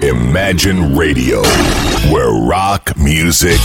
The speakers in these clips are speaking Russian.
Imagine Radio, where rock music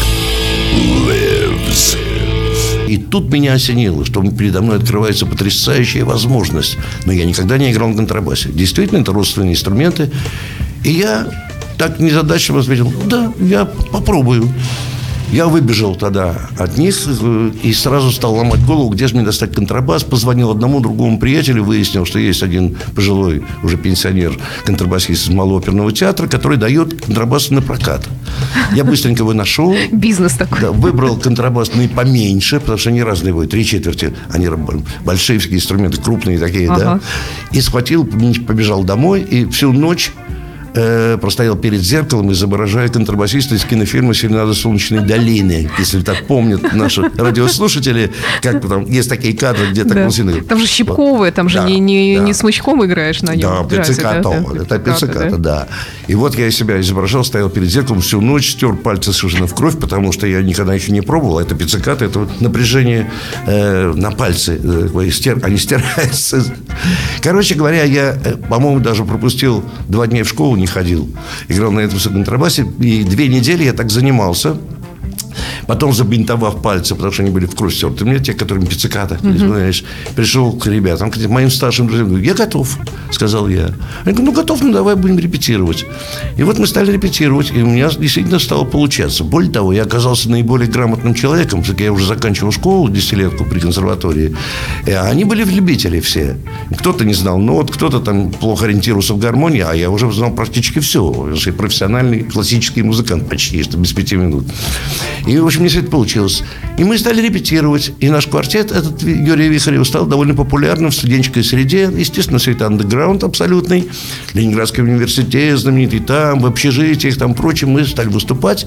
lives. И тут меня осенило, что передо мной открывается потрясающая возможность. Но я никогда не играл на контрабасе. Действительно, это родственные инструменты. И я так незадачливо ответил: да, я попробую. Я выбежал тогда от них и сразу стал ломать голову, где же мне достать контрабас. Позвонил одному другому приятелю, выяснил, что есть один пожилой уже пенсионер, контрабасист из Малого оперного театра, который дает контрабас на прокат. Я быстренько его нашел. Бизнес такой. Да, выбрал контрабасные поменьше, потому что они разные бывают, 3/4. Они большие инструменты, крупные такие, да. И схватил, побежал домой, и всю ночь простоял перед зеркалом, изображая контрабасиста из кинофильма «Серенада Солнечной долины». Если так помнят наши радиослушатели, как там есть такие кадры, где так музыка. Там же щипковые, там же не смычком играешь на нем. Да, пиццикато. Это пиццикато, да. И вот я себя изображал, стоял перед зеркалом всю ночь, стер пальцы совершенно в кровь, потому что я никогда еще не пробовал. Это пиццикато, это вот напряжение на пальцы. Они стираются. Короче говоря, я, по-моему, даже пропустил 2 дня в школу, не ходил. Играл на этом контрабасе. И 2 недели я так занимался. Потом, забинтовав пальцы, потому что они были в кровь стерты, мне те, которым пиццикато, знаешь, пришел к ребятам, к моим старшим друзьям, говорю: я готов, сказал я. Они говорят: ну готов, ну давай будем репетировать. И вот мы стали репетировать, и у меня действительно стало получаться. Более того, я оказался наиболее грамотным человеком, потому что я уже заканчивал школу, 10-летку при консерватории. И они были любители все. Кто-то не знал нот, кто-то там плохо ориентировался в гармонии, а я уже знал практически все. Я профессиональный классический музыкант почти, что без 5 минут. И, в общем, не все это получилось. И мы стали репетировать. И наш квартет, этот Юрий Вихарев, стал довольно популярным в студенческой среде. Естественно, все это андеграунд абсолютный. Ленинградский университет знаменитый там, в общежитиях, там прочем. Мы стали выступать.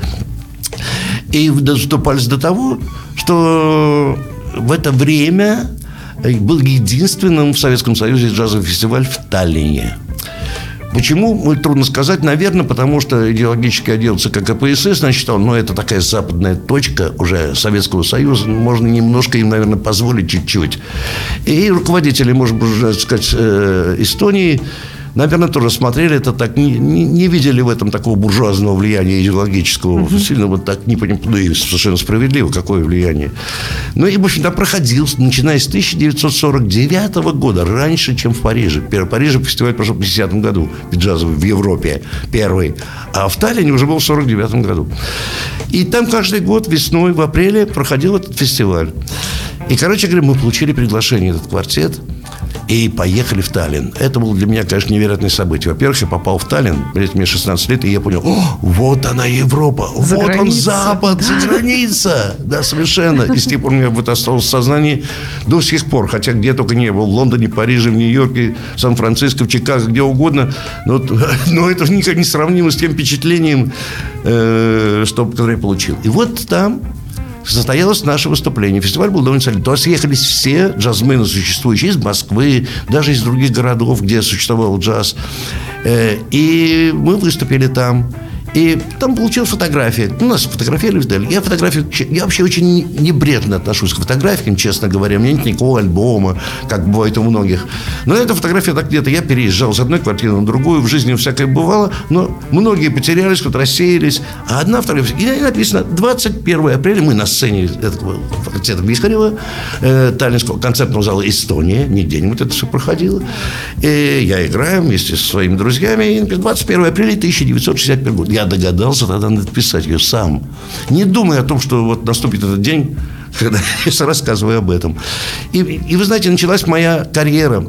И доступались до того, что в это время был единственным в Советском Союзе джазовый фестиваль в Таллине. Почему? Трудно сказать. Наверное, потому что идеологический отдел ЦК КПСС считал, это такая западная точка уже Советского Союза. Можно немножко им, наверное, позволить чуть-чуть. И руководители, может быть, сказать, Эстонии, наверное, тоже смотрели это так, не видели в этом такого буржуазного влияния идеологического. Сильно вот так не понимали, ну и совершенно справедливо, какое влияние. Ну и, в общем, там проходил, начиная с 1949 года, раньше, чем в Париже. В Париже фестиваль прошел в 50-м году, джазовый, в Европе, первый. А в Таллине уже был в 49-м году. И там каждый год весной, в апреле проходил этот фестиваль. И, короче говоря, мы получили приглашение, этот квартет, и поехали в Таллин. Это было для меня, конечно, невероятное событие. Во-первых, я попал в Таллин, мне 16 лет, и я понял: вот она Европа, вот он Запад, за граница. Да, совершенно. И с тех пор у меня вот осталось в сознании до сих пор. Хотя где только не был, в Лондоне, Париже, в Нью-Йорке, Сан-Франциско, в Чикаго, где угодно. Но это никак не сравнимо с тем впечатлением, которое я получил. И вот там состоялось наше выступление. Фестиваль был довольно солидный. Туда съехались все джазмены существующие из Москвы, даже из других городов, где существовал джаз. И мы выступили там. И там получилась фотография. Нас фотографировали. Я вообще очень небрежно отношусь к фотографиям, честно говоря. У меня нет никакого альбома, как бывает у многих. Но эта фотография так где-то. Я переезжал с одной квартиры на другую. В жизни всякое бывало. Но многие потерялись, кто-то рассеялись. А одна фотография. И написано: 21 апреля мы на сцене этого квартета Вихарева, Таллинского концертного зала «Эстония». Не где-нибудь это все проходило. И я играю вместе со своими друзьями. И 21 апреля 1965 года. Я догадался тогда написать ее сам, не думая о том, что вот наступит этот день, когда я рассказываю об этом. И вы знаете, началась моя карьера.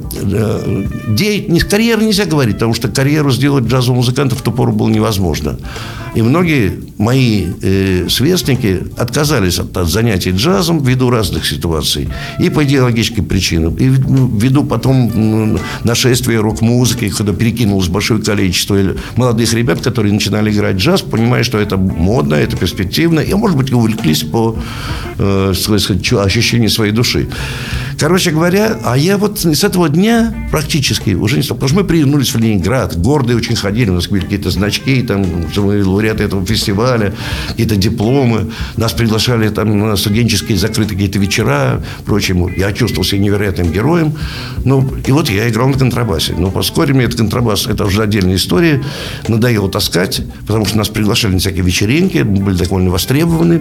Карьера нельзя говорить, потому что карьеру сделать джазового музыканта в ту пору было невозможно. И многие мои сверстники отказались от занятий джазом ввиду разных ситуаций. И по идеологическим причинам, и ввиду потом нашествия рок-музыки, когда перекинулось большое количество молодых ребят, которые начинали играть джаз, понимая, что это модно, это перспективно, и, может быть, увлеклись по ощущение своей души. Короче говоря, а я вот с этого дня практически уже не стал. Потому что мы привернулись в Ленинград, гордые очень ходили, у нас были какие-то значки, там, лауреаты этого фестиваля, какие-то дипломы. Нас приглашали там на студенческие закрытые какие-то вечера, прочему. Я чувствовал себя невероятным героем. Ну, и вот я играл на контрабасе. Но вскоре мне этот контрабас, это уже отдельная история, надоело таскать, потому что нас приглашали на всякие вечеринки, мы были довольно востребованы.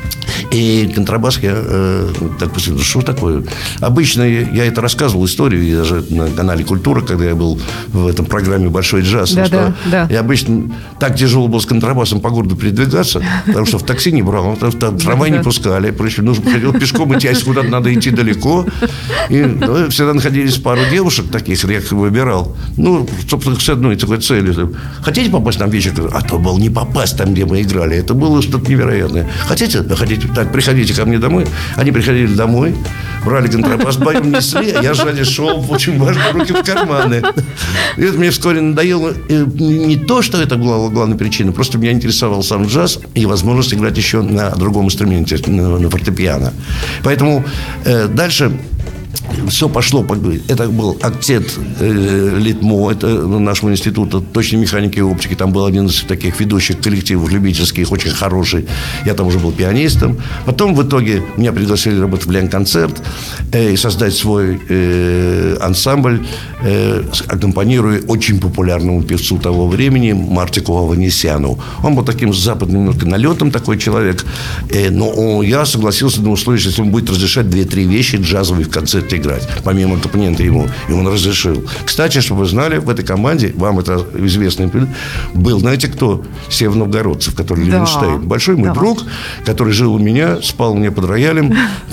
И контрабас я так посмотрел, что такое? Обычно я это рассказывал историю, и даже на канале «Культура», когда я был в этом программе «Большой джаз», да. я обычно так тяжело было с контрабасом по городу передвигаться, потому что в такси не брал, в трамвай не пускали, причем нужно ходил пешком, идти, если куда-то надо идти далеко. И всегда находились пару девушек таких, я их выбирал. Ну, собственно, с одной такой целью. Хотите попасть там вечер? А то было не попасть там, где мы играли. Это было что-то невероятное. Хотите? Так, приходите ко мне домой. Они приходили домой, брали контрабас, боем несли, а я сзади шел, очень важно, руки в карманы. И это мне вскоре надоело. Не то, что это была главная причина, просто меня интересовал сам джаз и возможность играть еще на другом инструменте, на фортепиано. Поэтому дальше все пошло. Это был октет ЛИТМО, это нашего института точной механики и оптики. Там был один из таких ведущих коллективов любительских, очень хороший. Я там уже был пианистом. Потом в итоге меня пригласили работать в Ленконцерт и создать свой ансамбль, аккомпанируя очень популярному певцу того времени Мартику Аванесяну. Он был таким западным немножко налетом, такой человек. Но я согласился на условие, если он будет разрешать 2-3 вещи джазовые в концерте играть, помимо аккомпанемента ему. И он разрешил. Кстати, чтобы вы знали, в этой команде, вам это известно, был, знаете кто? Сев Новгородцев, который Левенштейн. Большой мой друг, который жил у меня, спал у меня под роялем.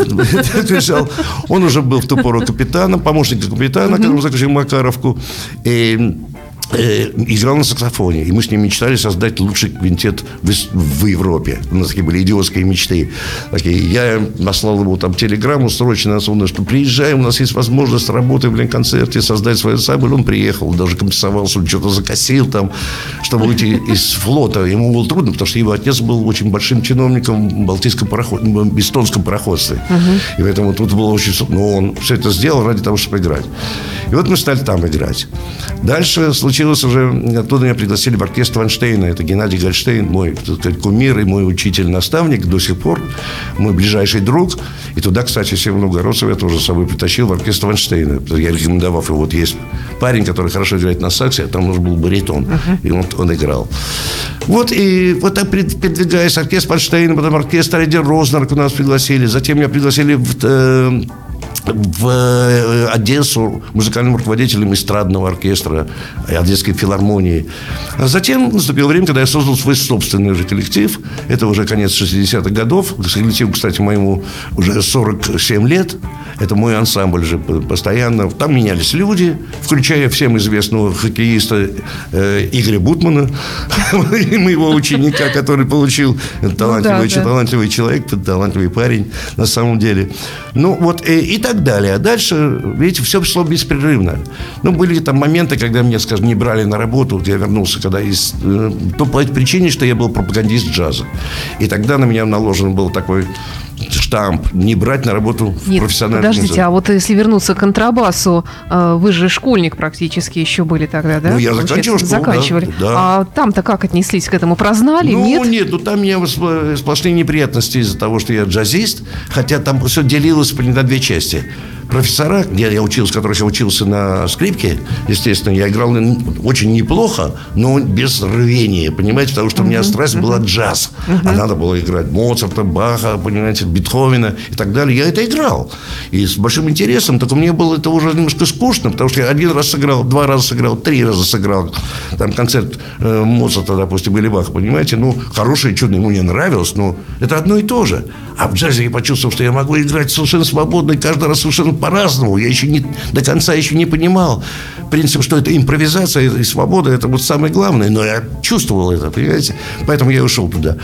Он уже был в ту пору капитаном, помощником капитана, когда мы закончили Макаровку. И играл на саксофоне. И мы с ним мечтали создать лучший квинтет в Европе. У нас такие были идиотские мечты. Я наслал ему там телеграмму срочно, что приезжаем, у нас есть возможность работать в Ленконцерте, создать свой ансамбль. Он приехал, даже компенсовался, он что-то закосил там, чтобы уйти из флота. Ему было трудно, потому что его отец был очень большим чиновником в эстонском пароходстве. И поэтому тут было очень... Но он все это сделал ради того, чтобы играть. И вот мы стали там играть. Дальше случилось уже... Оттуда меня пригласили в оркестр Вайнштейна. Это Геннадий Гольштейн, мой, так сказать, кумир и мой учитель-наставник до сих пор. Мой ближайший друг. И туда, кстати, Сева Новгородцева я тоже с собой притащил в оркестр Вайнштейна. Я рекомендовал его. Вот есть парень, который хорошо играет на саксе, а там нужен был баритон. И он играл. Вот, и вот так передвигаясь, оркестр Вайнштейна, потом оркестр Эдди Рознер нас пригласили. Затем меня пригласили в Одессу музыкальным руководителем эстрадного оркестра Одесской филармонии. А затем наступило время, когда я создал свой собственный уже коллектив. Это уже конец 60-х годов. Коллективу, кстати, моему уже 47 лет. Это мой ансамбль же постоянно. Там менялись люди, включая всем известного хоккеиста Игоря Бутмана, моего ученика, который получил талантливый человек, талантливый парень на самом деле. Ну вот и так далее. А дальше, видите, все шло беспрерывно. Ну, были там моменты, когда меня, скажем, не брали на работу. Я вернулся, когда по причине, что я был пропагандист джаза. И тогда на меня наложен был такой штамп не брать на работу в профессиональную музыку. Подождите, а вот если вернуться к контрабасу, вы же школьник практически еще были тогда, да? Ну, я заканчивал школу, заканчивали. Да. А там-то как отнеслись к этому? Прознали, нет? Ну, там у меня сплошные неприятности из-за того, что я джазист, хотя там все делилось на две части. Профессора, где я учился, которых я учился на скрипке, естественно, я играл очень неплохо, но без рвения, понимаете, потому что у меня страсть была джаз. А надо было играть Моцарта, Баха, понимаете, Бетховена и так далее. Я это играл. И с большим интересом, только мне было это уже немножко скучно, потому что я один раз сыграл, 2 раза сыграл, 3 раза сыграл. Там концерт Моцарта, допустим, или Баха, понимаете, хороший, чудный, ему не нравилось, но это одно и то же. А в джазе я почувствовал, что я могу играть совершенно свободно, и каждый раз совершенно по-разному. Я еще до конца еще не понимал принцип, что это импровизация и свобода, это вот самое главное. Но я чувствовал это, понимаете? Поэтому я ушел туда.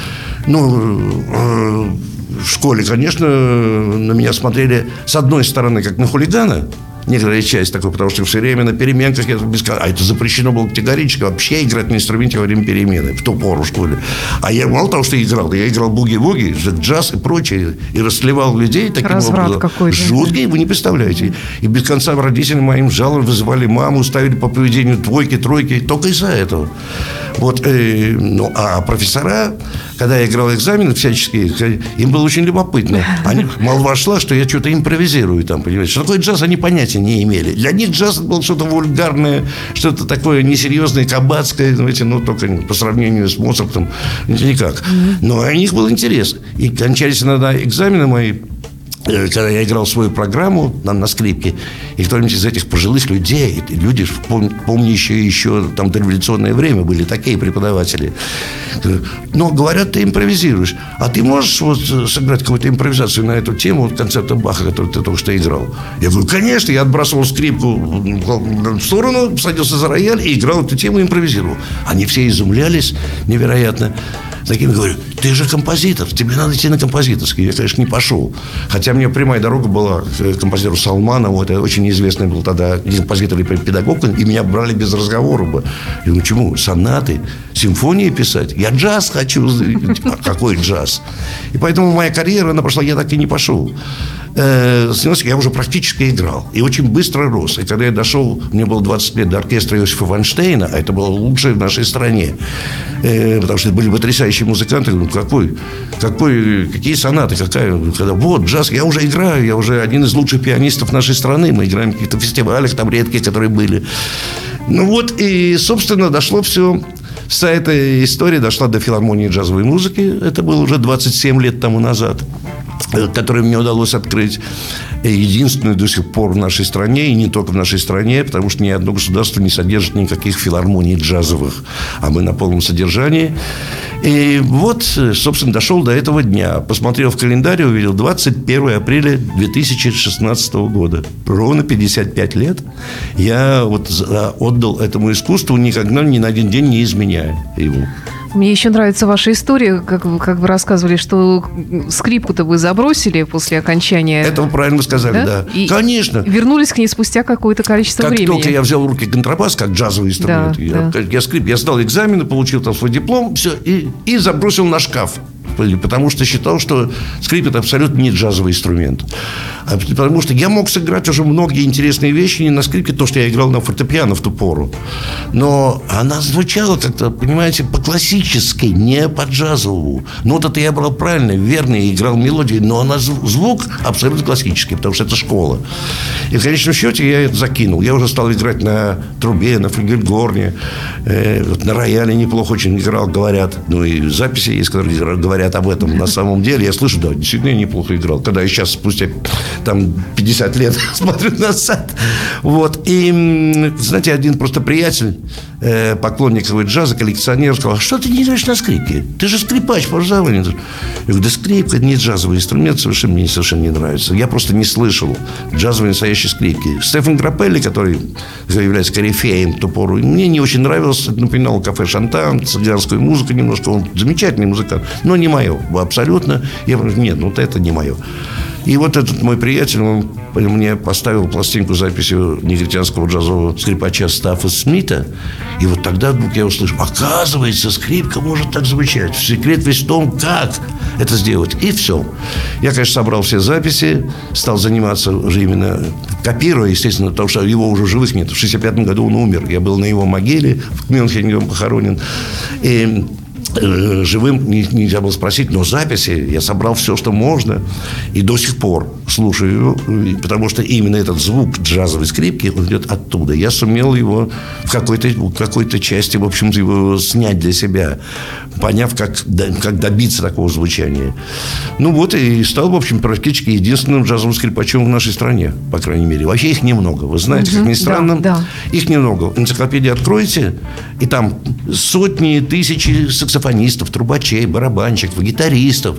В школе, конечно, на меня смотрели с одной стороны, как на хулигана, некоторая часть такой, потому что все время на переменках а это запрещено было категорически вообще играть на инструменте во время перемены в ту пору в школе. А я мало того, что я играл буги-вуги, джаз и прочее, и расслевал людей таким Разврат образом. какой-то. Жуткий, вы не представляете. И без конца родители моим жаловали, вызывали маму, ставили по поведению двойки, тройки, только из-за этого. Вот, а профессора, когда я играл экзамены всяческие, им было очень любопытно. Молва шла, что я что-то импровизирую там, понимаете. Что такое джаз, они понятия не имели. Для них джаз был что-то вульгарное, что-то такое несерьезное, кабацкое, знаете, только по сравнению с Моцартом никак. Но у них был интерес. И кончались иногда экзамены мои, когда я играл свою программу на скрипке, и кто-нибудь из этих пожилых людей, люди, помнящие еще там дореволюционное время, были такие преподаватели. Но говорят, ты импровизируешь. А ты можешь вот сыграть какую-то импровизацию на эту тему концерта Баха, который ты только что играл? Я говорю, конечно. Я отбрасывал скрипку в сторону, садился за рояль и играл эту тему, импровизировал. Они все изумлялись невероятно. Таким говорю, ты же композитор, тебе надо идти на композиторский. Я, конечно, не пошел. Хотя мне прямая дорога была к композитору Салманову. Это очень известный был тогда композитор и педагог. И меня брали без разговора бы. Я говорю, почему? Сонаты, симфонии писать? Я джаз хочу. Какой джаз? И поэтому моя карьера, она прошла, я так и не пошел. Я уже практически играл. И очень быстро рос. И когда я дошел, мне было 20 лет, до оркестра Иосифа Вайнштейна, а это было лучшее в нашей стране. Потому что были потрясающие музыканты. Ну, какие сонаты, когда вот, джаз, я уже играю, я уже один из лучших пианистов нашей страны. Мы играем в каких-то фестивалях, там редкие, которые были. Ну вот, и, собственно, дошло все. Вся эта история дошла до филармонии джазовой музыки. Это было уже 27 лет тому назад, который мне удалось открыть. Единственную до сих пор в нашей стране, и не только в нашей стране, потому что ни одно государство не содержит никаких филармоний джазовых, а мы на полном содержании. И вот, собственно, дошел до этого дня. Посмотрел в календарь и увидел 21 апреля 2016 года. Ровно 55 лет я вот отдал этому искусству, никогда ни на один день не изменяя ему. Мне еще нравится ваша история, как вы рассказывали, что скрипку-то вы забросили после окончания. Это вы правильно сказали, да. И конечно. Вернулись к ней спустя какое-то количество времени. Как только я взял в руки контрабас, как джазовый инструмент, я сдал экзамены, получил там свой диплом, все, и забросил на шкаф. Потому что считал, что скрип – это абсолютно не джазовый инструмент. Потому что я мог сыграть уже многие интересные вещи не на скрипке, то, что я играл на фортепиано в ту пору. Но она звучала как-то, понимаете, по-классически, не по-джазовому. Ноты-то я брал правильно, верно, я играл мелодии, но она звук абсолютно классический, потому что это школа. И в конечном счете я это закинул. Я уже стал играть на трубе, на флюгельгорне, на рояле неплохо очень играл, говорят. Ну и записи есть, которые говорят об этом на самом деле. Я слышу, да, действительно я неплохо играл. Когда я сейчас, спустя там 50 лет смотрю назад. Вот. И, знаете, один просто приятель, поклонник джаза, коллекционер, сказал, что ты не играешь на скрипке? Ты же скрипач по образованию. Я говорю, да скрипка – это не джазовый инструмент, мне совершенно не нравится. Я просто не слышал джазовой настоящей скрипки. Стефан Граппелли, который является корифеем в ту пору, мне не очень нравился. Напоминал кафе «Шантан», цыганскую музыку немножко. Он замечательный музыкант, но не мое. Абсолютно. Я говорю, нет, вот это не мое. И вот этот мой приятель, он мне поставил пластинку с записью негритянского джазового скрипача Стаффа Смита. И вот тогда вдруг я услышал, оказывается, скрипка может так звучать. Секрет весь в том, как это сделать. И все. Я, конечно, собрал все записи, стал заниматься уже именно копируя, естественно, потому что его уже живых нет. В 1965 году он умер. Я был на его могиле, в Мюнхене он похоронен. И живым нельзя было спросить, но записи я собрал все, что можно, и до сих пор слушаю его, потому что именно этот звук джазовой скрипки, он идет оттуда. Я сумел его в какой-то части, в общем-то, его снять для себя, поняв, как добиться такого звучания. Ну вот, и стал, в общем, практически единственным джазовым скрипачом в нашей стране, по крайней мере. Вообще их немного. Вы знаете, как ни странно, да. Их немного. Энциклопедию откроете, и там сотни, тысячи саксофонистов, трубачей, барабанщиков, гитаристов,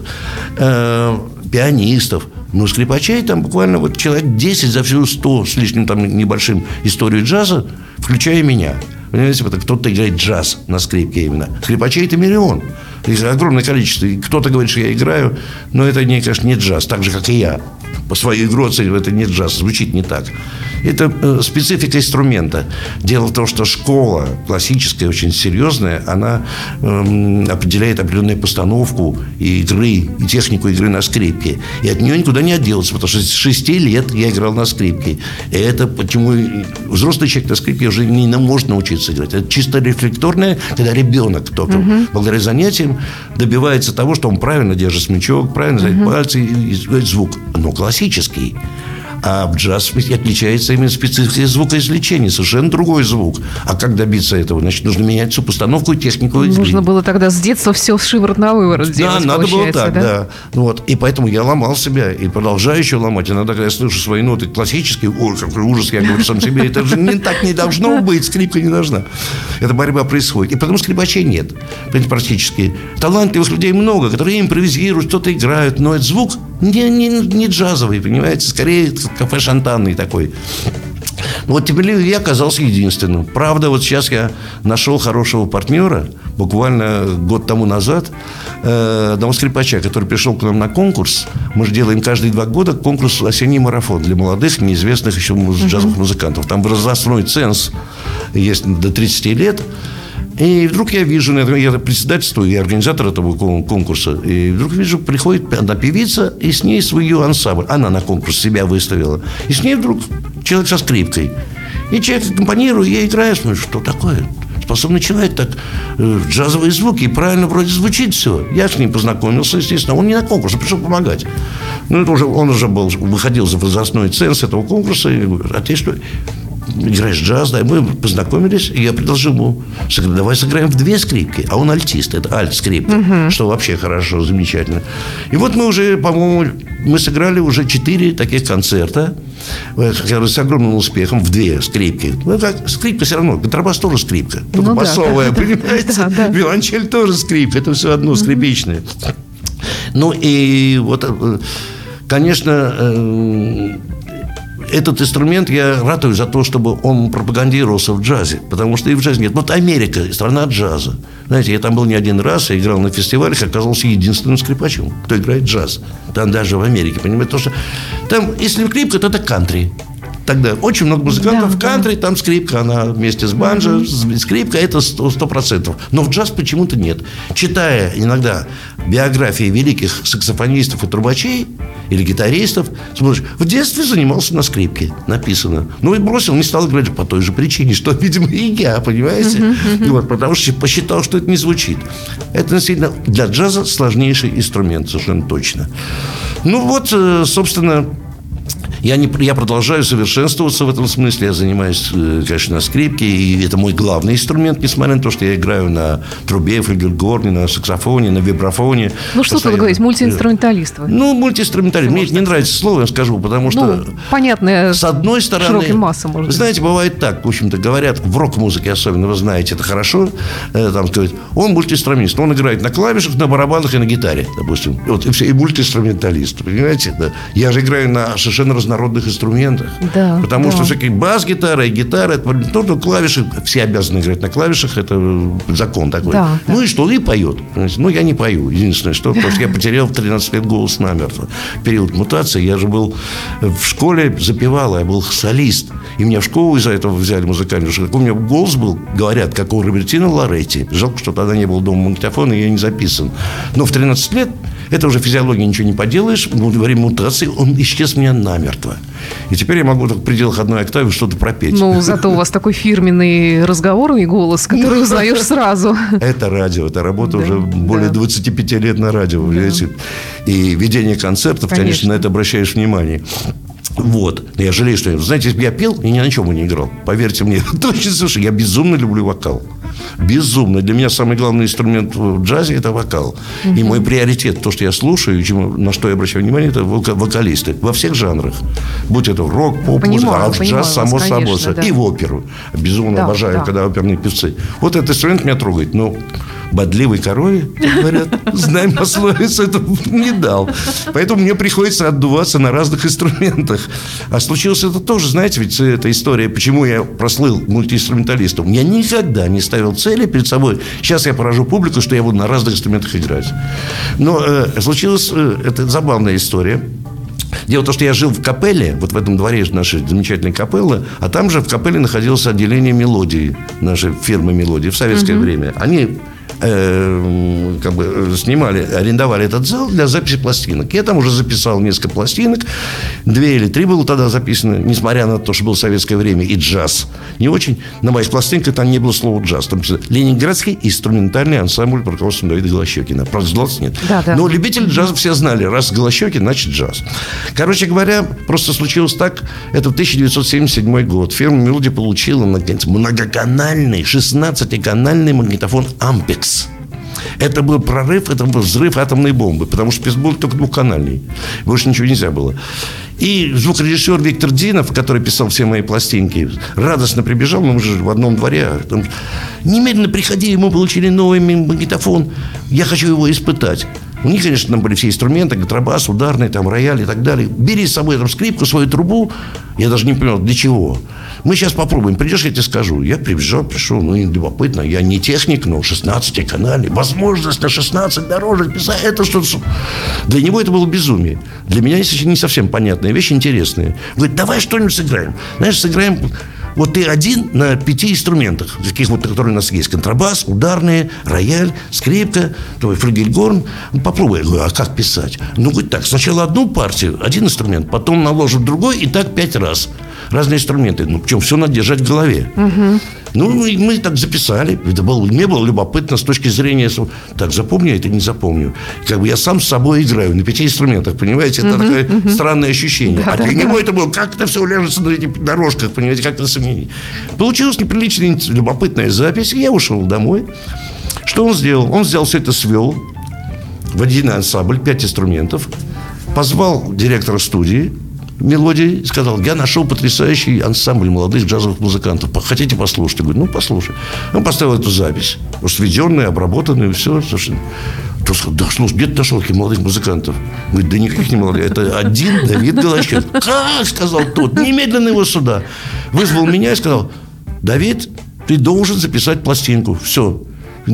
пианистов. Но скрипачей там буквально вот человек 10 за всю 100 с лишним там небольшим историю джаза, включая меня. Понимаете, кто-то играет джаз на скрипке именно. Скрипачей это миллион. Их огромное количество. И кто-то говорит, что я играю, но это, конечно, не джаз, так же, как и я. по своей гроции это не джаз, звучит не так. Это специфика инструмента. Дело в том, что школа классическая, очень серьезная, она определяет определенную постановку и игры, и технику игры на скрипке. И от нее никуда не отделаться, потому что с 6 лет я играл на скрипке. И это почему взрослый человек на скрипке уже не может научиться играть. Это чисто рефлекторное, когда ребенок только благодаря занятиям добивается того, что он правильно держит смычок, правильно ставит пальцы и играет звук. Но классический. А джаз отличается именно спецификой звукоизвлечения. Совершенно другой звук. А как добиться этого? Значит, нужно менять всю постановку и технику игры. Нужно было тогда с детства все шиворот на выворот делать. Да, надо было так, да. Вот. И поэтому я ломал себя. И продолжаю еще ломать. Иногда, когда я слышу свои ноты классические, ой, какой ужас, я говорю сам себе, это же так не должно быть, скрипка не должна. Эта борьба происходит. И потому скрипачей нет. Практически. Талантливых людей много, которые импровизируют, что-то играют, но этот звук не джазовый, понимаете, скорее кафе-шантанный такой. Вот теперь я оказался единственным. Правда, вот сейчас я нашел хорошего партнера, буквально год тому назад, одного скрипача, который пришел к нам на конкурс. Мы же делаем каждые 2 года конкурс «Осенний марафон» для молодых, неизвестных еще джазовых музыкантов. Там возрастной ценз есть до 30 лет. И вдруг я вижу, я председательствую, я организатор этого конкурса, и вдруг вижу, приходит одна певица, и с ней свой ансамбль. Она на конкурс себя выставила. И с ней вдруг человек со скрипкой. И человек аккомпанирует, я играю, смотрю, что такое? Способный человек, так джазовые звуки, и правильно вроде звучит все. Я с ним познакомился, естественно. Он не на конкурс, а пришел помогать. Ну, это уже, он уже выходил за возрастной ценз этого конкурса. И говорю, а ты что, играешь джаз? Да, и мы познакомились. И я предложил ему, давай сыграем в 2 скрипки. А он альтист, это альт-скрипка, что вообще хорошо, замечательно. И вот мы уже, по-моему, мы сыграли уже 4 таких концерта, с огромным успехом, в 2 скрипки. Ну, как, скрипка все равно, контрабас тоже скрипка, только басовая, понимаете? Да. Виолончель тоже скрипка, это все одно скрипичное. Ну и вот, конечно, этот инструмент я ратую за то, чтобы он пропагандировался в джазе. Потому что и в джазе нет. Вот Америка – страна джаза. Знаете, я там был не один раз, я играл на фестивалях, оказался единственным скрипачом, кто играет джаз. Там даже в Америке, понимаете? Потому что там, если скрипка, то это кантри. Тогда очень много музыкантов в кантри, там скрипка, она вместе с банджо, скрипка, это 100%. Но в джаз почему-то нет. Читая иногда биографии великих саксофонистов и трубачей, или гитаристов, смотришь, в детстве занимался на скрипке, написано. Ну и бросил, не стал играть по той же причине, что, видимо, и я, понимаете? И вот, потому что посчитал, что это не звучит. Это действительно для джаза сложнейший инструмент, совершенно точно. Ну вот, собственно, я продолжаю совершенствоваться в этом смысле. Я занимаюсь, конечно, на скрипке. И это мой главный инструмент, несмотря на то, что я играю на трубе, флюгельгорне, на саксофоне, на вибрафоне. Ну, что тут говорить, мультиинструменталист вы. Ну, мультиинструменталист. Мне не нравится слово, я скажу, потому что... понятное, с одной стороны... широкой массы, может быть. Знаете, бывает так, в общем-то, говорят, в рок-музыке особенно, вы знаете, это хорошо, там сказать, он мультиинструменталист. Он играет на клавишах, на барабанах и на гитаре, допустим. Вот, и все, и мультиинструменталист, понимаете? Да. Я же играю на совершенно разнородных инструментах. Да, потому что все-таки бас-гитара и гитара, это клавиши, все обязаны играть на клавишах, это закон такой. Да, ну и что, и поет. Ну, я не пою, единственное, что, потому что я потерял в 13 лет голос намертво. В период мутации я же был в школе, запевал, я был солист. И меня в школу из-за этого взяли музыкальную, что какой у меня голос был, говорят, как у Робертино Лоретти. Жалко, что тогда не было дома магнитофона, и я не записан. Но в 13 лет, это уже физиология, ничего не поделаешь, во время мутации он исчез меня намертво. И теперь я могу только в пределах одной октавы что-то пропеть. Ну, зато у вас такой фирменный разговорный голос, который узнаешь сразу. Это радио, это работа уже более 25 лет на радио. И ведение концертов, конечно, на это обращаешь внимание. Вот. Я жалею, что... Знаете, если бы я пел, я ни на чем бы не играл. Поверьте мне. Точно, слушай, я безумно люблю вокал. Безумно. Для меня самый главный инструмент в джазе – это вокал. И мой приоритет, то, что я слушаю, на что я обращаю внимание, это вокалисты. Во всех жанрах. Будь это рок, поп, музыка, а уж джаз, само собой. Да. И в оперу. Безумно обожаю, когда оперные певцы. Вот этот инструмент меня трогает. Ну, бодливой корове, как говорят, знаем пословицу, это не дал. Поэтому мне приходится отдуваться на разных инструментах. А случилось это тоже, знаете, ведь эта история, почему я прослыл мультиинструменталистом. Я никогда не ставил цели перед собой. Сейчас я поражу публику, что я буду на разных инструментах играть. Но случилась эта забавная история. Дело в том, что я жил в капелле, вот в этом дворе нашей замечательной капеллы, а там же в капелле находилось отделение «Мелодии», нашей фирмы «Мелодии» в советское время. Они как бы снимали, арендовали этот зал для записи пластинок. Я там уже записал несколько пластинок. 2 или 3 было тогда записано, несмотря на то, что было советское время и джаз. Не очень. На моих пластинках там не было слова джаз. Там Ленинградский инструментальный ансамбль под руководством Давида Голощёкина. Правда, джаз нет. Да. Но любители джаза все знали. Раз Голощёкин, значит джаз. Короче говоря, просто случилось так. Это 1977 год. Фирма «Мелодия» получила многоканальный, 16-канальный магнитофон «Ампекс». Это был прорыв, это был взрыв атомной бомбы, потому что был только двухканальный. Больше ничего нельзя было. И звукорежиссер Виктор Динов, который писал все мои пластинки, радостно прибежал, мы уже в одном дворе. Там, немедленно приходи, мы получили новый магнитофон, я хочу его испытать. У них, конечно, там были все инструменты, контрабас, ударный, там, рояль и так далее. Бери с собой там скрипку, свою трубу. Я даже не понял, для чего. Мы сейчас попробуем. Придешь, я тебе скажу. Я пришел, ну, и любопытно. Я не техник, но 16-канальный. Возможность на 16 дорожек писать. Это что-то... Для него это было безумие. Для меня это не совсем понятная вещь, интересная. Говорит, давай что-нибудь сыграем. Знаешь, сыграем... Вот ты один на 5 инструментах, таких вот, которые у нас есть. Контрабас, ударные, рояль, скрипка, твой флюгельгорн. Ну, попробуй. Я говорю, а как писать? Ну, говорит так, сначала одну партию, один инструмент, потом наложим другой, и так 5 раз. Разные инструменты. Ну, причем все надо держать в голове. Ну, и мы так записали. Мне было любопытно с точки зрения... Так, запомню я это, не запомню. Как бы я сам с собой играю на 5 инструментах, понимаете? Это такое странное ощущение. А для него это было, как это все ляжется на этих дорожках, понимаете, как это соединить. Получилась неприличная, любопытная запись, и я ушел домой. Что он сделал? Он взял все это, свел в один ансамбль, 5 инструментов, позвал директора студии «Мелодии», сказал, я нашел потрясающий ансамбль молодых джазовых музыкантов. Хотите послушать? Я говорю, ну, послушай. Он поставил эту запись, сведенную, обработанную, все. Слушай, да, слушай, где ты нашел таких молодых музыкантов? Говорит, да никаких не молодых. Это один Давид Голощёкин. Как? Сказал тот. Немедленно его сюда. Вызвал меня и сказал, Давид, ты должен записать пластинку. Все.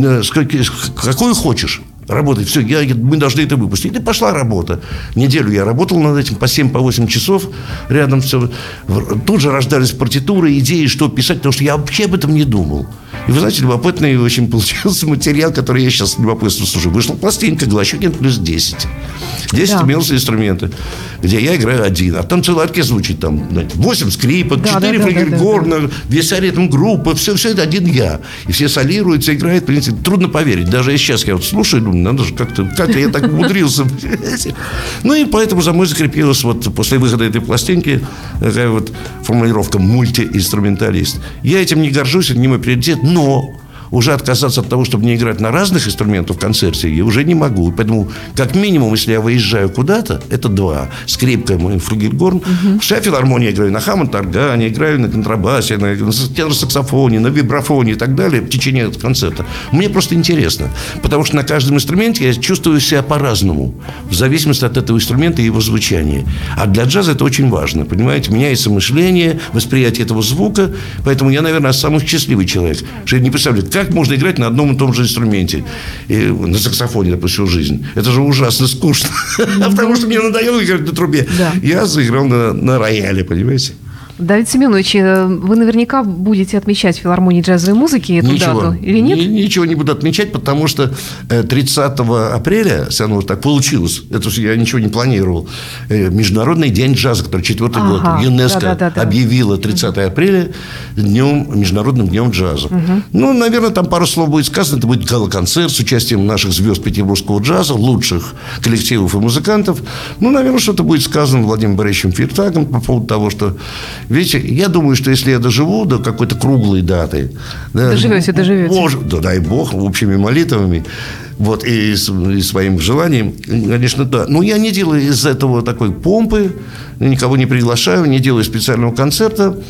Какую хочешь. Работать. Все, мы должны это выпустить. И пошла работа. Неделю я работал над этим по 7-8 часов рядом. Все. Тут же рождались партитуры, идеи, что писать, потому что я вообще об этом не думал. И вы знаете, любопытный очень получился материал, который я сейчас любопытно слушаю. Вышла пластинка «Голощёкин плюс 10». 10 имелся инструменты, где я играю один. А там целый оркестр звучит. Там 8 скрипок, 4 флюгельгорна, весь ритм группы. Все это один я. И все солируют, все играют. В принципе, трудно поверить. Даже сейчас я вот слушаю, думаю, надо же как я так умудрился. Ну и поэтому за мной закрепилась вот после выхода этой пластинки такая вот формулировка «мультиинструменталист». Я этим не горжусь, это не мой приоритет, но уже отказаться от того, чтобы не играть на разных инструментах в концерте, я уже не могу. Поэтому, как минимум, если я выезжаю куда-то, это 2. Скрипка, мой флюгельгорн. Вся филармония играю на хаммонд-органе, играю на контрабасе, на тенор-саксофоне, на вибрафоне и так далее в течение этого концерта. Мне просто интересно. Потому что на каждом инструменте я чувствую себя по-разному. В зависимости от этого инструмента и его звучания. А для джаза это очень важно. Понимаете, меняется мышление, восприятие этого звука. Поэтому я, наверное, самый счастливый человек. Что я не представляю, как можно играть на одном и том же инструменте? И на саксофоне, допустим, всю жизнь. Это же ужасно скучно. Потому что мне надоело играть на трубе. Я заиграл на рояле, понимаете? Давид Семенович, вы наверняка будете отмечать в филармонии джазовой музыки эту дату, или нет? Ничего не буду отмечать, потому что 30 апреля, все равно так получилось, это я ничего не планировал, Международный день джаза, который 4-й год, ЮНЕСКО объявила 30 апреля Международным днем джаза. Ну, наверное, там пару слов будет сказано, это будет гала-концерт с участием наших звезд петербургского джаза, лучших коллективов и музыкантов. Ну, наверное, что-то будет сказано Владимиром Борисовичем Фиртагом по поводу того, что... Видите, я думаю, что если я доживу до какой-то круглой даты... Доживете. Да, дай Бог, общими молитвами, вот, и своим желанием, конечно, да. Но я не делаю из этого такой помпы, никого не приглашаю, не делаю специального концерта.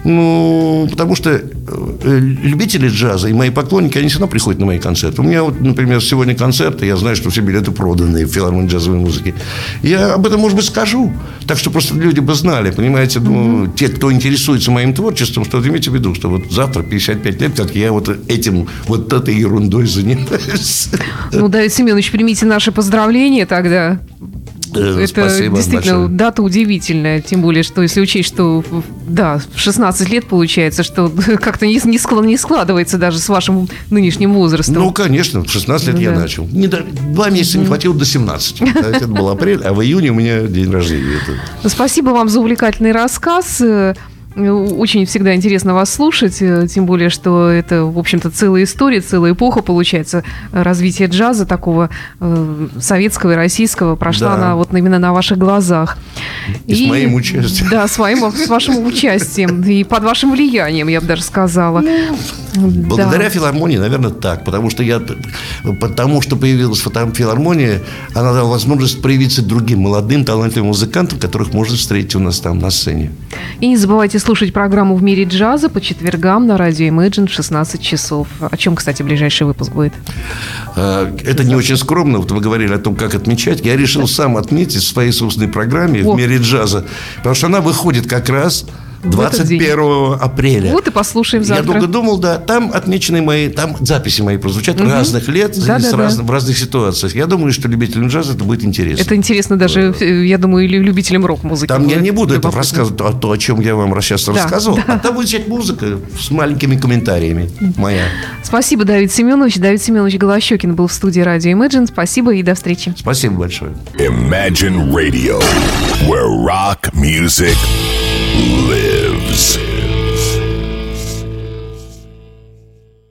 Ну, потому что любители джаза и мои поклонники, они все равно приходят на мои концерты. У меня вот, например, сегодня концерт, и я знаю, что все билеты проданы в филармонии джазовой музыки. Я об этом, может быть, скажу. Так что просто люди бы знали, понимаете, ну, те, кто интересуется моим творчеством, что имейте в виду, что вот завтра 55 лет, как я вот этим, вот этой ерундой занимаюсь. Ну, Давид Семенович, примите наши поздравления тогда. Это действительно большое. Дата удивительная. Тем более, что если учесть, что в 16 лет получается, что как-то не складывается даже с вашим нынешним возрастом. Ну, конечно, в 16 лет я начал. 2 месяца не хватило до 17. Это был апрель, а в июне у меня день рождения. Спасибо вам за увлекательный рассказ. Очень всегда интересно вас слушать, тем более, что это, в общем-то, целая история, целая эпоха, получается, развития джаза такого советского и российского прошла она вот именно на ваших глазах. И с моим участием. Да, с вашим участием и под вашим влиянием, я бы даже сказала. Благодаря филармонии, наверное, так. Потому что появилась филармония, она дала возможность проявиться другим молодым, талантливым музыкантам, которых можно встретить у нас там на сцене. И не забывайте слушать программу «В мире джаза» по четвергам на радио Imagine в 16 часов. О чем, кстати, ближайший выпуск будет? Это не очень скромно. Вот вы говорили о том, как отмечать. Я решил сам отметить в своей собственной программе «В мире джаза», потому что она выходит как раз 21 апреля. Вот и послушаем завтра. Я долго думал, там отмечены там записи мои прозвучат разных лет, в разных ситуациях. Я думаю, что любителям джаза это будет интересно. Это интересно даже, я думаю, или любителям рок-музыки. Там я не буду это рассказывать, о чем я вам сейчас рассказывал. А там будет звучать музыка с маленькими комментариями моя. Спасибо, Давид Семенович. Давид Семенович Голощёкин был в студии радио Imagine. Спасибо и до встречи. Спасибо большое. Imagine Radio, where rock music lives.